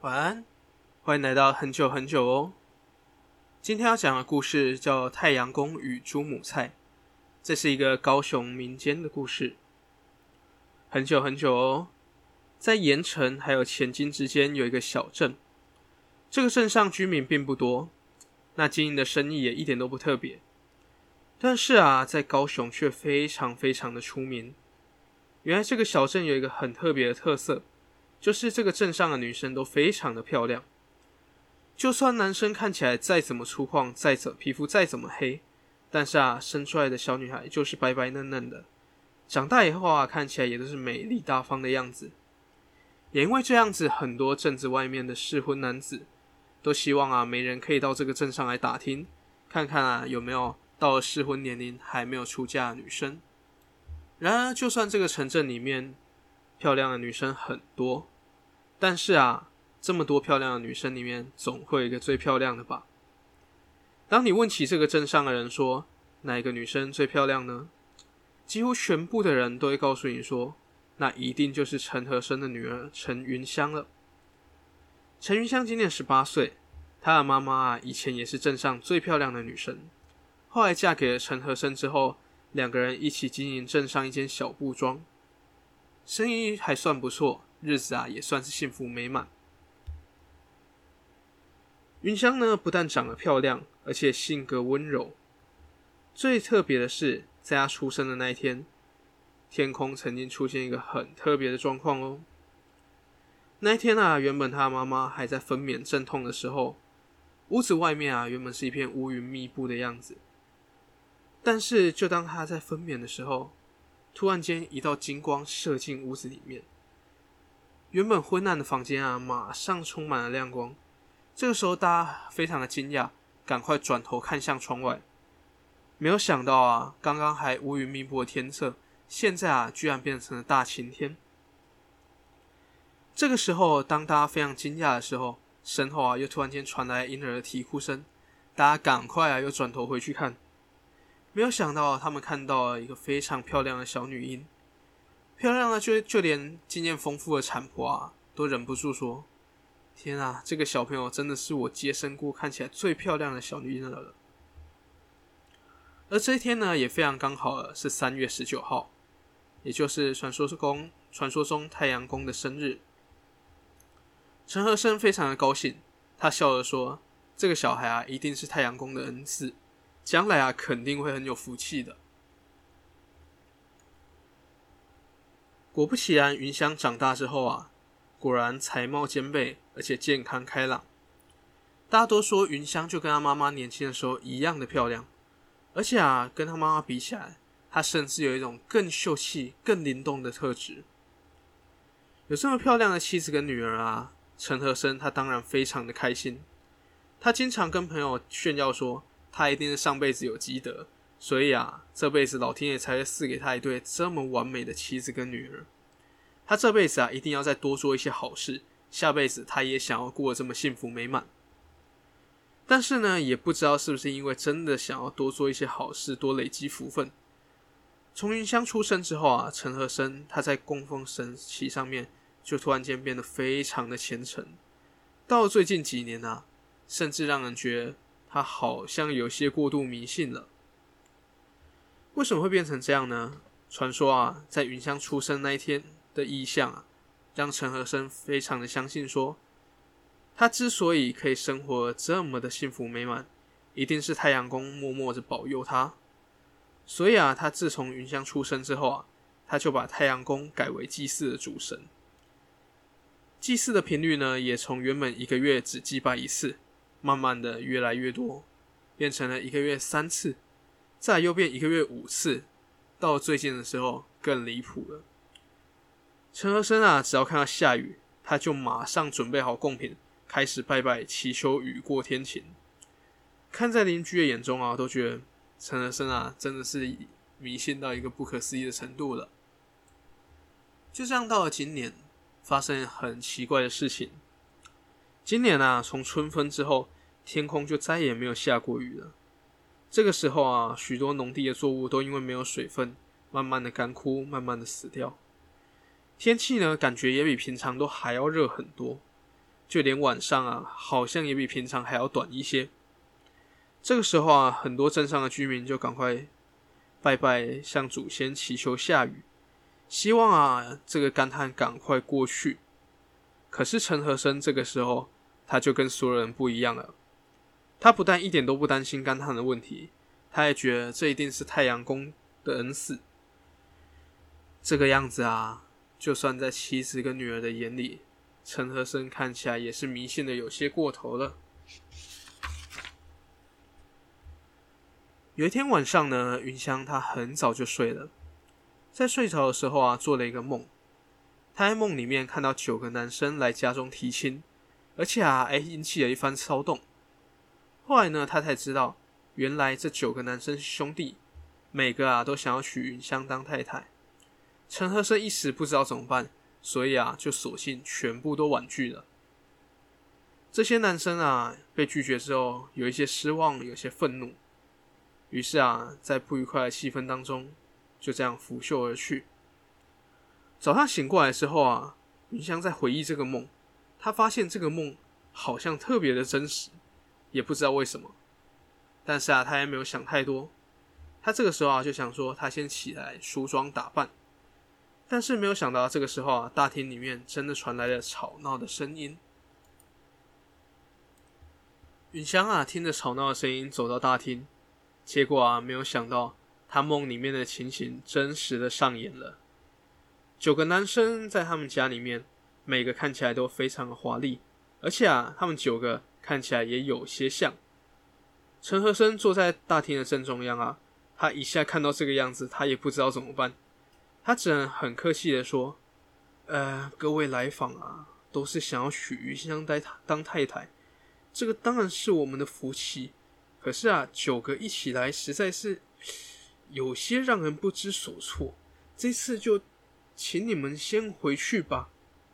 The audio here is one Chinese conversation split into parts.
晚安，欢迎来到很久很久哦。今天要讲的故事叫《太阳公与猪母菜》，这是一个高雄民间的故事。很久很久哦，在盐城还有前金之间有一个小镇，这个镇上居民并不多，那经营的生意也一点都不特别。但是在高雄却非常非常的出名。原来这个小镇有一个很特别的特色，就是这个镇上的女生都非常的漂亮。就算男生看起来再怎么粗犷，皮肤再怎么黑，但是生出来的小女孩就是白白嫩嫩的，长大以后看起来也都是美丽大方的样子。也因为这样子，很多镇子外面的适婚男子都希望媒人可以到这个镇上来打听，看看有没有到了适婚年龄还没有出嫁的女生。然而就算这个城镇里面漂亮的女生很多，但是这么多漂亮的女生里面，总会有一个最漂亮的吧？当你问起这个镇上的人说，哪一个女生最漂亮呢？几乎全部的人都会告诉你说，那一定就是陈和生的女儿陈云香了。陈云香今年18岁，她的妈妈以前也是镇上最漂亮的女生，后来嫁给了陈和生之后，两个人一起经营镇上一间小布庄，生意还算不错，日子也算是幸福美满。云香呢，不但长得漂亮，而且性格温柔。最特别的是，在她出生的那一天，天空曾经出现一个很特别的状况哦。那一天原本她的妈妈还在分娩阵痛的时候，屋子外面原本是一片乌云密布的样子。但是就当她在分娩的时候，突然间一道金光射进屋子里面，原本昏暗的房间马上充满了亮光。这个时候大家非常的惊讶，赶快转头看向窗外。没有想到刚刚还乌云密布的天色，现在居然变成了大晴天。这个时候当大家非常惊讶的时候，身后又突然间传来婴儿的啼哭声，大家赶快又转头回去看。没有想到他们看到了一个非常漂亮的小女婴，漂亮的就连经验丰富的产婆都忍不住说，天这个小朋友真的是我接生过看起来最漂亮的小女婴了。而这一天呢，也非常刚好了，是3月19号，也就是传说中太阳公的生日。陈和生非常的高兴，他笑着说，这个小孩一定是太阳公的恩赐，将来肯定会很有福气的。果不其然，云香长大之后果然才貌兼备，而且健康开朗。大家都说云香就跟她妈妈年轻的时候一样的漂亮，而且跟她妈妈比起来，她甚至有一种更秀气、更灵动的特质。有这么漂亮的妻子跟女儿陈和生他当然非常的开心。他经常跟朋友炫耀说，他一定是上辈子有积德，所以这辈子老天爷才会赐给他一对这么完美的妻子跟女儿。他这辈子一定要再多做一些好事，下辈子他也想要过得这么幸福美满。但是呢，也不知道是不是因为真的想要多做一些好事，多累积福分。从云香出生之后陈和生他在供奉神祇上面就突然间变得非常的虔诚。到了最近几年甚至让人觉得他好像有些过度迷信了。为什么会变成这样呢？传说在云香出生那一天的异象让陈和生非常的相信说，他之所以可以生活这么的幸福美满，一定是太阳公默默的保佑他。所以他自从云香出生之后他就把太阳公改为祭祀的主神。祭祀的频率呢，也从原本1个月只祭拜1次，慢慢的越来越多，变成了1个月3次，再来又变1个月5次，到了最近的时候更离谱了。陈和生只要看到下雨，他就马上准备好贡品，开始拜拜，祈求雨过天晴。看在邻居的眼中都觉得陈和生真的是迷信到一个不可思议的程度了。就这样到了今年，发生很奇怪的事情。今年从春分之后，天空就再也没有下过雨了。这个时候许多农地的作物都因为没有水分，慢慢的干枯，慢慢的死掉。天气呢，感觉也比平常都还要热很多。 就连晚上啊，好像也比平常还要短一些。这个时候啊，很多镇上的居民就赶快拜拜，向祖先祈求下雨，希望啊这个干旱赶快过去。可是陈和生这个时候，他就跟所有人不一样了。他不但一点都不担心干旱的问题，他也觉得这一定是太阳公的恩赐。这个样子啊，就算在妻子跟女儿的眼里，陈和生看起来也是迷信的有些过头了。有一天晚上呢，云香她很早就睡了，在睡着的时候啊，做了一个梦。她在梦里面看到9个男生来家中提亲，而且啊，引起了一番骚动。后来呢，她才知道，原来这9个男生是兄弟，每个啊都想要娶云香当太太。陈和生一时不知道怎么办，所以啊，就索性全部都婉拒了。这些男生啊，被拒绝之后，有一些失望，有些愤怒。于是啊，在不愉快的气氛当中，就这样拂袖而去。早上醒过来之后啊，云香在回忆这个梦，她发现这个梦好像特别的真实，也不知道为什么。但是啊，她也没有想太多。她这个时候啊，就想说，她先起来梳妆打扮。但是没有想到，这个时候啊，大厅里面真的传来了吵闹的声音。云香啊，听着吵闹的声音走到大厅，结果啊，没有想到，她梦里面的情形真实的上演了。9个男生在他们家里面，每个看起来都非常的华丽，而且啊，他们9个看起来也有些像。陈和生坐在大厅的正中央啊，他一下看到这个样子，他也不知道怎么办。他只能很客气的说：“各位来访啊，都是想要娶云香当太太，这个当然是我们的福气。可是啊，9个一起来，实在是有些让人不知所措。这次就请你们先回去吧。”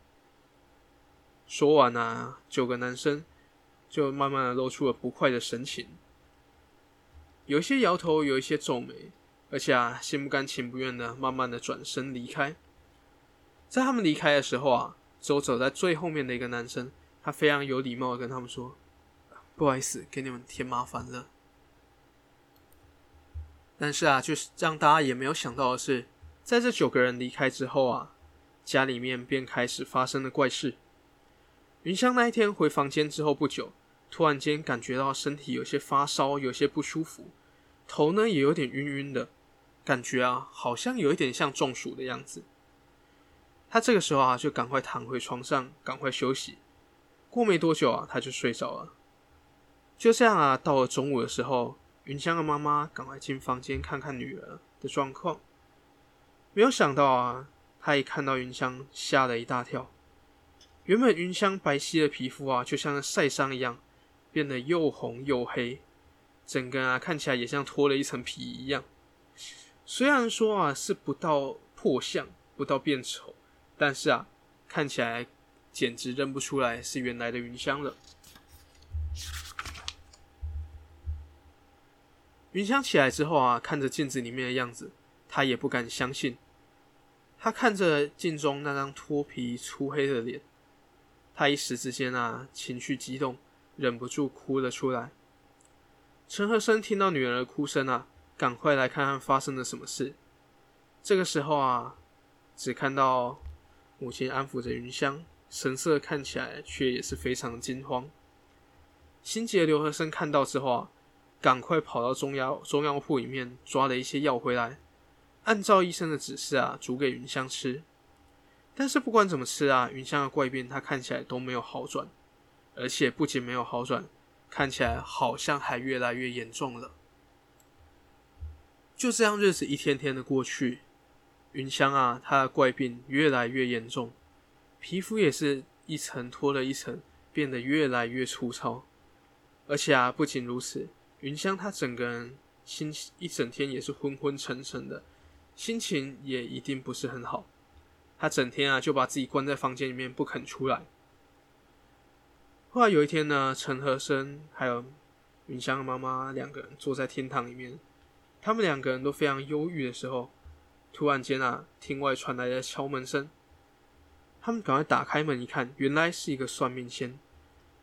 说完啊，9个男生就慢慢的露出了不快的神情，有一些摇头，有一些皱眉。而且啊，心不甘情不愿的，慢慢的转身离开。在他们离开的时候啊，走在最后面的一个男生，他非常有礼貌的跟他们说：“不好意思，给你们添麻烦了。”但是啊，就是让大家也没有想到的是，在这9个人离开之后啊，家里面便开始发生了怪事。云香那一天回房间之后不久，突然间感觉到身体有些发烧，有些不舒服，头呢也有点晕晕的。感觉啊，好像有一点像中暑的样子。他这个时候啊，就赶快躺回床上，赶快休息。过没多久啊，他就睡着了。就这样啊，到了中午的时候，云香的妈妈赶快进房间看看女儿的状况。没有想到啊，她一看到云香，吓了一大跳。原本云香白皙的皮肤啊，就像晒伤一样，变得又红又黑，整个啊看起来也像脱了一层皮一样。虽然说啊是不到破相，不到变丑，但是啊看起来简直认不出来是原来的云香了。云香起来之后啊，看着镜子里面的样子，她也不敢相信。她看着镜中那张脱皮粗黑的脸，她一时之间啊情绪激动，忍不住哭了出来。陈和生听到女儿的哭声啊，赶快来看看发生了什么事。这个时候啊，只看到母亲安抚着云香，神色看起来却也是非常惊慌。心急的刘和生看到之后啊，赶快跑到中药铺里面抓了一些药回来，按照医生的指示啊，煮给云香吃。但是不管怎么吃啊，云香的怪病它看起来都没有好转，而且不仅没有好转，看起来好像还越来越严重了。就这样日子一天天的过去，云香啊，她的怪病越来越严重，皮肤也是一层脱了一层，变得越来越粗糙。而且啊，不仅如此，云香她整个人一整天也是昏昏沉沉的，心情也一定不是很好。她整天啊就把自己关在房间里面不肯出来。后来有一天呢，陈和生还有云香的妈妈2个人坐在厅堂里面，他们2个人都非常忧郁的时候，突然间啊，厅外传来了敲门声。他们赶快打开门一看，原来是一个算命仙。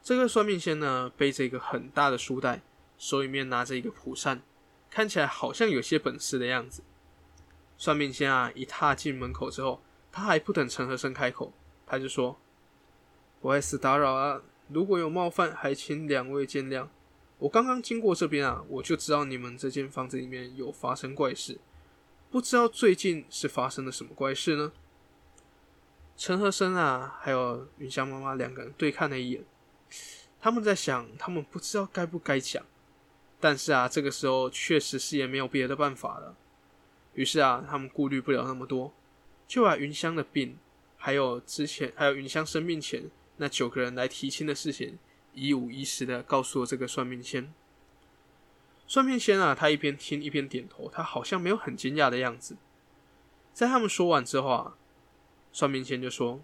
这个算命仙呢，背着一个很大的书袋，手里面拿着一个蒲扇，看起来好像有些本事的样子。算命仙啊，一踏进门口之后，他还不等陈和生开口，他就说：“不好意思打扰啊，如果有冒犯，还请两位见谅。我刚刚经过这边啊，我就知道你们这间房子里面有发生怪事，不知道最近是发生了什么怪事呢？”陈和生啊，还有云香妈妈两个人对看了一眼，他们在想，他们不知道该不该讲，但是啊，这个时候确实是也没有别的办法了。于是啊，他们顾虑不了那么多，就把云香的病，还有云香生病前那9个人来提亲的事情，一五一十的告诉了这个算命仙。算命仙啊，他一边听一边点头，他好像没有很惊讶的样子。在他们说完之后啊，算命仙就说：“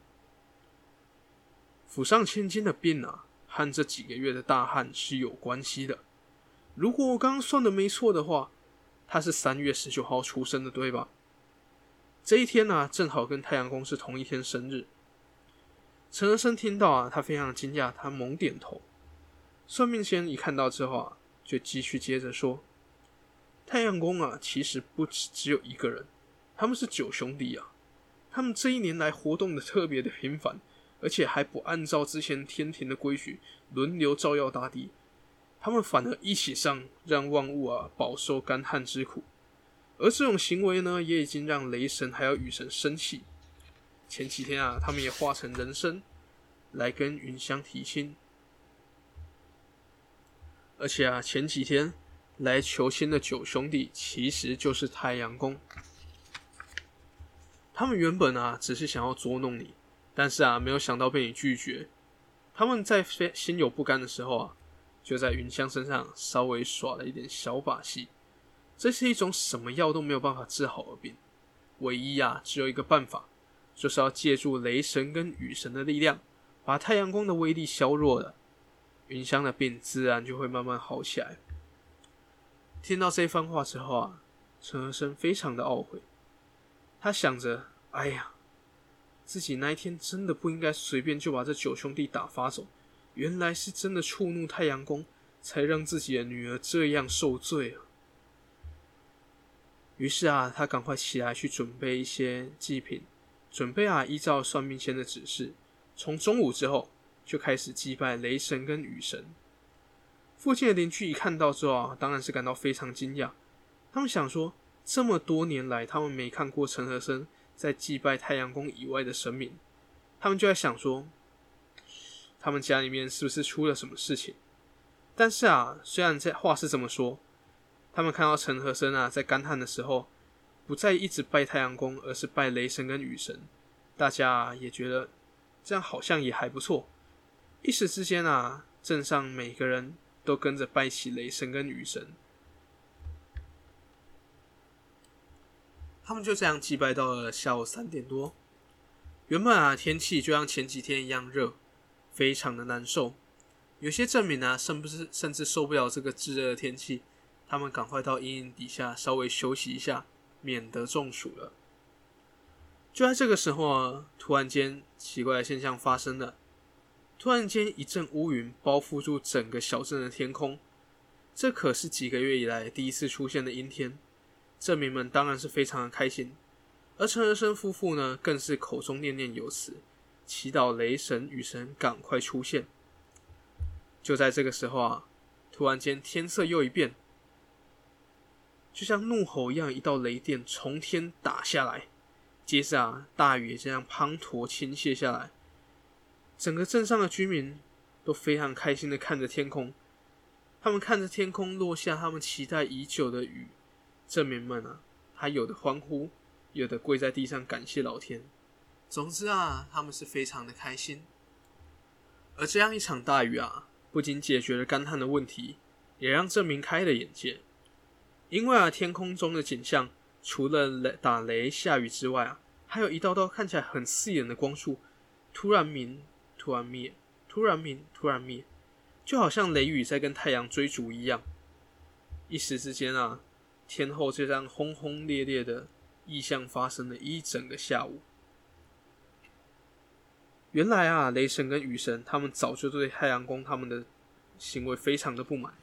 府上千金的病啊，和这几个月的大旱是有关系的。如果我刚刚算的没错的话，他是3月19号出生的，对吧？这一天啊，正好跟太阳宫是同一天生日。”陈和生听到啊，他非常惊讶，他猛点头。算命仙一看到之后啊，就继续接着说：“太阳宫啊，其实不只有一个人，他们是9兄弟啊。他们这一年来活动的特别的频繁，而且还不按照之前天庭的规矩轮流照耀大地，他们反而一起上，让万物啊饱受干旱之苦。而这种行为呢，也已经让雷神还有雨神生气。前几天啊，他们也化成人身来跟云香提亲。而且啊，前几天来求亲的9兄弟，其实就是太阳宫。他们原本啊，只是想要捉弄你，但是啊，没有想到被你拒绝。他们在心有不甘的时候啊，就在云香身上稍微耍了一点小把戏。这是一种什么药都没有办法治好的病，唯一啊，只有一个办法，就是要借助雷神跟雨神的力量，把太阳宫的威力削弱了，云香的病自然就会慢慢好起来。听到这番话之后啊，陈和生非常的懊悔。他想着，哎呀，自己那一天真的不应该随便就把这9兄弟打发走，原来是真的触怒太阳宫，才让自己的女儿这样受罪啊。于是啊，他赶快起来去准备一些祭品，准备啊依照算命仙的指示，从中午之后就开始祭拜雷神跟雨神。附近的邻居一看到之后啊，当然是感到非常惊讶，他们想说，这么多年来，他们没看过陈和生在祭拜太阳宫以外的神明，他们就在想说，他们家里面是不是出了什么事情？但是啊，虽然这话是这么说，他们看到陈和生啊在干旱的时候，不再一直拜太阳宫，而是拜雷神跟雨神，大家也觉得这样好像也还不错。一时之间啊，镇上每个人都跟着拜起雷神跟雨神。他们就这样祭拜到了下午3点多。原本啊，天气就像前几天一样热，非常的难受。有些镇民啊，甚至受不了这个炙热的天气，他们赶快到阴影底下稍微休息一下，免得中暑了。就在这个时候啊，突然间奇怪的现象发生了。突然间一阵乌云包覆住整个小镇的天空，这可是几个月以来第一次出现的阴天。镇民们当然是非常的开心，而陈和生夫妇呢，更是口中念念有词，祈祷雷神、雨神赶快出现。就在这个时候啊，突然间天色又一变，就像怒吼一样，一道雷电从天打下来，接着啊，大雨也这样滂沱倾泻下来。整个镇上的居民都非常开心的看着天空，他们看着天空落下他们期待已久的雨。镇民们啊，他有的欢呼，有的跪在地上感谢老天。总之啊，他们是非常的开心。而这样一场大雨啊，不仅解决了干旱的问题，也让镇民开了眼界。因为啊，天空中的景象除了打雷下雨之外啊，还有一道道看起来很刺眼的光束，突然明，突然灭，突然明，突然灭，就好像雷雨在跟太阳追逐一样。一时之间啊，天后就这样轰轰烈烈的异象发生了一整个下午。 原来啊，雷神跟雨神他们早就对太阳宫他们的行为非常的不满，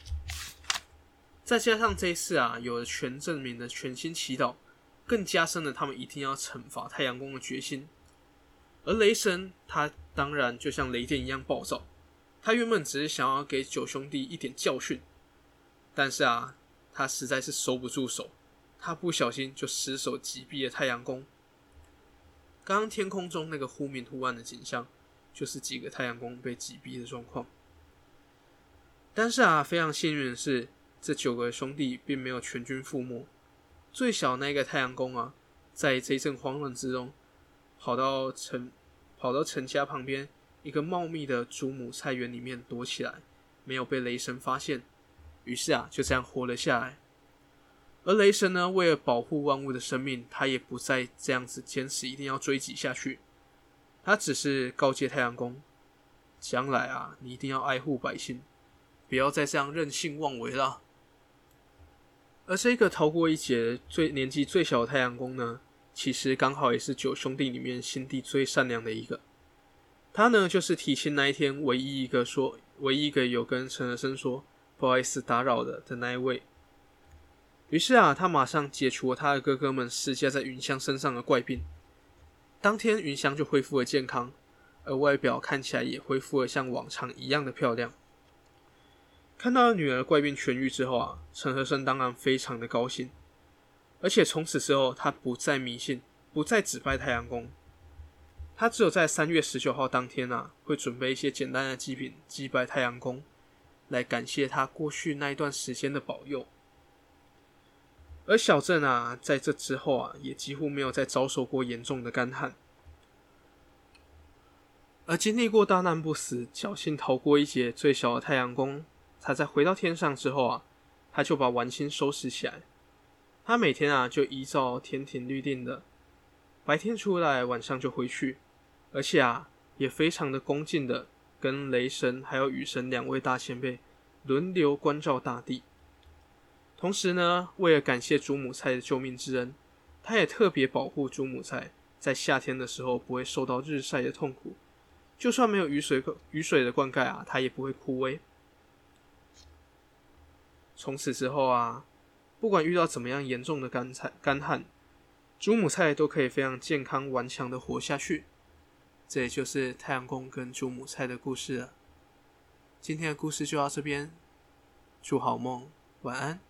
再加上这一次啊，有了全证明的全心祈祷，更加深了他们一定要惩罚太阳宫的决心。而雷神他当然就像雷电一样暴躁，他原本只是想要给九兄弟一点教训，但是啊，他实在是收不住手，他不小心就失手击毙了太阳宫。刚刚天空中那个忽明忽暗的景象，就是几个太阳宫被击毙的状况。但是啊，非常幸运的是，这9个兄弟并没有全军覆没。最小那个太阳宫啊，在这一阵慌乱之中，跑到陈家旁边一个茂密的祖母菜园里面躲起来，没有被雷神发现。于是啊，就这样活了下来。而雷神呢，为了保护万物的生命，他也不再这样子坚持一定要追击下去。他只是告诫太阳宫，将来啊，你一定要爱护百姓，不要再这样任性妄为了。而这个逃过一劫、年纪最小的太阳宫呢，其实刚好也是9兄弟里面心地最善良的一个。他呢，就是提亲那一天唯一一个有跟陈和生说不好意思打扰的那一位。于是啊，他马上解除了他的哥哥们施加在云香身上的怪病。当天云香就恢复了健康，而外表看起来也恢复了像往常一样的漂亮。看到女儿怪病痊愈之后啊，陈和生当然非常的高兴，而且从此之后他不再迷信，不再只拜太阳宫。他只有在3月19号当天啊，会准备一些简单的祭品祭拜太阳宫，来感谢他过去那一段时间的保佑。而小镇啊，在这之后啊，也几乎没有再遭受过严重的干旱。而经历过大难不死、侥幸逃过一劫最小的太阳宫，他在回到天上之后啊，他就把玩心收拾起来。他每天啊，就依照天庭律定的，白天出来，晚上就回去，而且啊，也非常的恭敬的跟雷神还有雨神2位大前辈轮流关照大地。同时呢，为了感谢祖母菜的救命之恩，他也特别保护祖母菜在夏天的时候不会受到日晒的痛苦，就算没有雨水的灌溉啊，它也不会枯萎。从此之后啊，不管遇到怎么样严重的干旱，祖母菜都可以非常健康顽强的活下去。这也就是太阳宫跟祖母菜的故事了。今天的故事就到这边，祝好梦，晚安。